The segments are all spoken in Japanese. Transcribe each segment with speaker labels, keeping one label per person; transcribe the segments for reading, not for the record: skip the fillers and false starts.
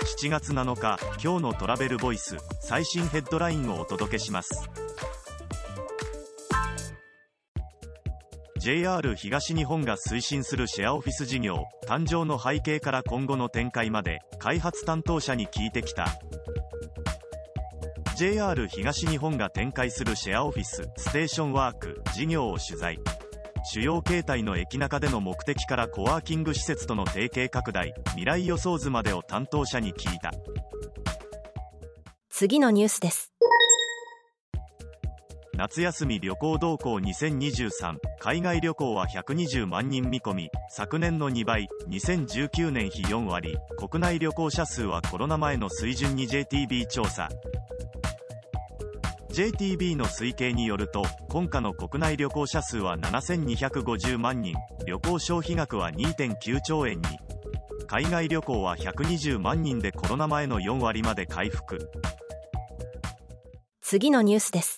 Speaker 1: 7月7日、今日のトラベルボイス、最新ヘッドラインをお届けします。JR 東日本が推進するシェアオフィス事業、誕生の背景から今後の展開まで、開発担当者に聞いてきた。JR 東日本が展開するシェアオフィス、ステーションワーク、事業を取材。主要形態の駅中での目的からコワーキング施設との提携拡大、未来予想図までを担当者に聞いた。
Speaker 2: 次のニュースです。
Speaker 1: 夏休み旅行動向2023、海外旅行は120万人見込み、昨年の2倍、2019年比4割、国内旅行者数はコロナ前の水準に。 JTB 調査。JTB の推計によると、今夏の国内旅行者数は7250万人、旅行消費額は 2.9 兆円に。海外旅行は120万人でコロナ前の4割まで回復。
Speaker 2: 次のニュースです。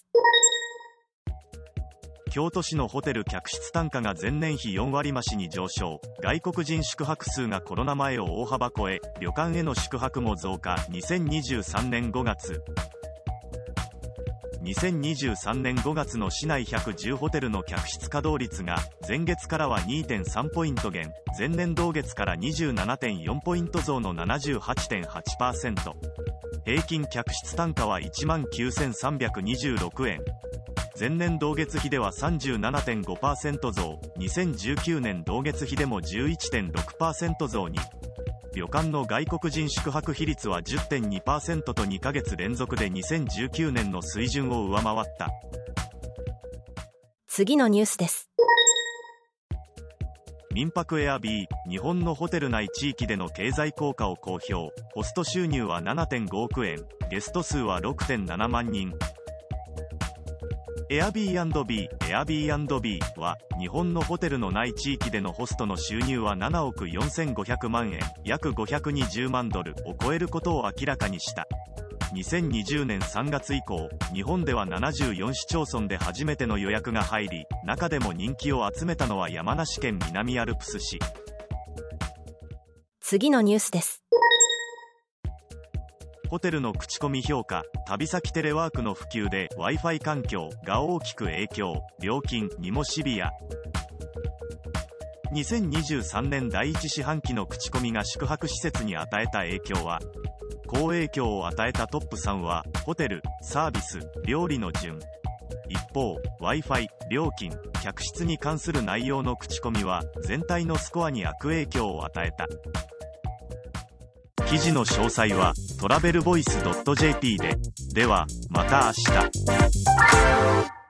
Speaker 1: 京都市のホテル客室単価が前年比4割増しに上昇。外国人宿泊数がコロナ前を大幅超え、旅館への宿泊も増加。2023年5月。2023年5月の市内110ホテルの客室稼働率が前月からは 2.3 ポイント減、前年同月から 27.4 ポイント増の 78.8%。平均客室単価は 19,326 円。前年同月比では 37.5% 増、2019年同月比でも 11.6% 増に。旅館の外国人宿泊比率は 10.2% と2ヶ月連続で2019年の水準を上回った。
Speaker 2: 次のニュースです。
Speaker 1: 民泊エアビー、日本のホテル内地域での経済効果を公表。ホスト収入は 7.5 億円、ゲスト数は 6.7 万人。Airbnb は、日本のホテルのない地域でのホストの収入は7億4500万円、約520万ドルを超えることを明らかにした。2020年3月以降、日本では74市町村で初めての予約が入り、中でも人気を集めたのは山梨県南アルプス市。
Speaker 2: 次のニュースです。
Speaker 1: ホテルの口コミ評価、旅先テレワークの普及で Wi-Fi 環境が大きく影響、料金にもシビア。2023年第1四半期の口コミが宿泊施設に与えた影響は、好影響を与えたトップ3は、ホテル、サービス、料理の順。一方、Wi-Fi、料金、客室に関する内容の口コミは、全体のスコアに悪影響を与えた。記事の詳細はトラベルボイス .jp で。では、また明日。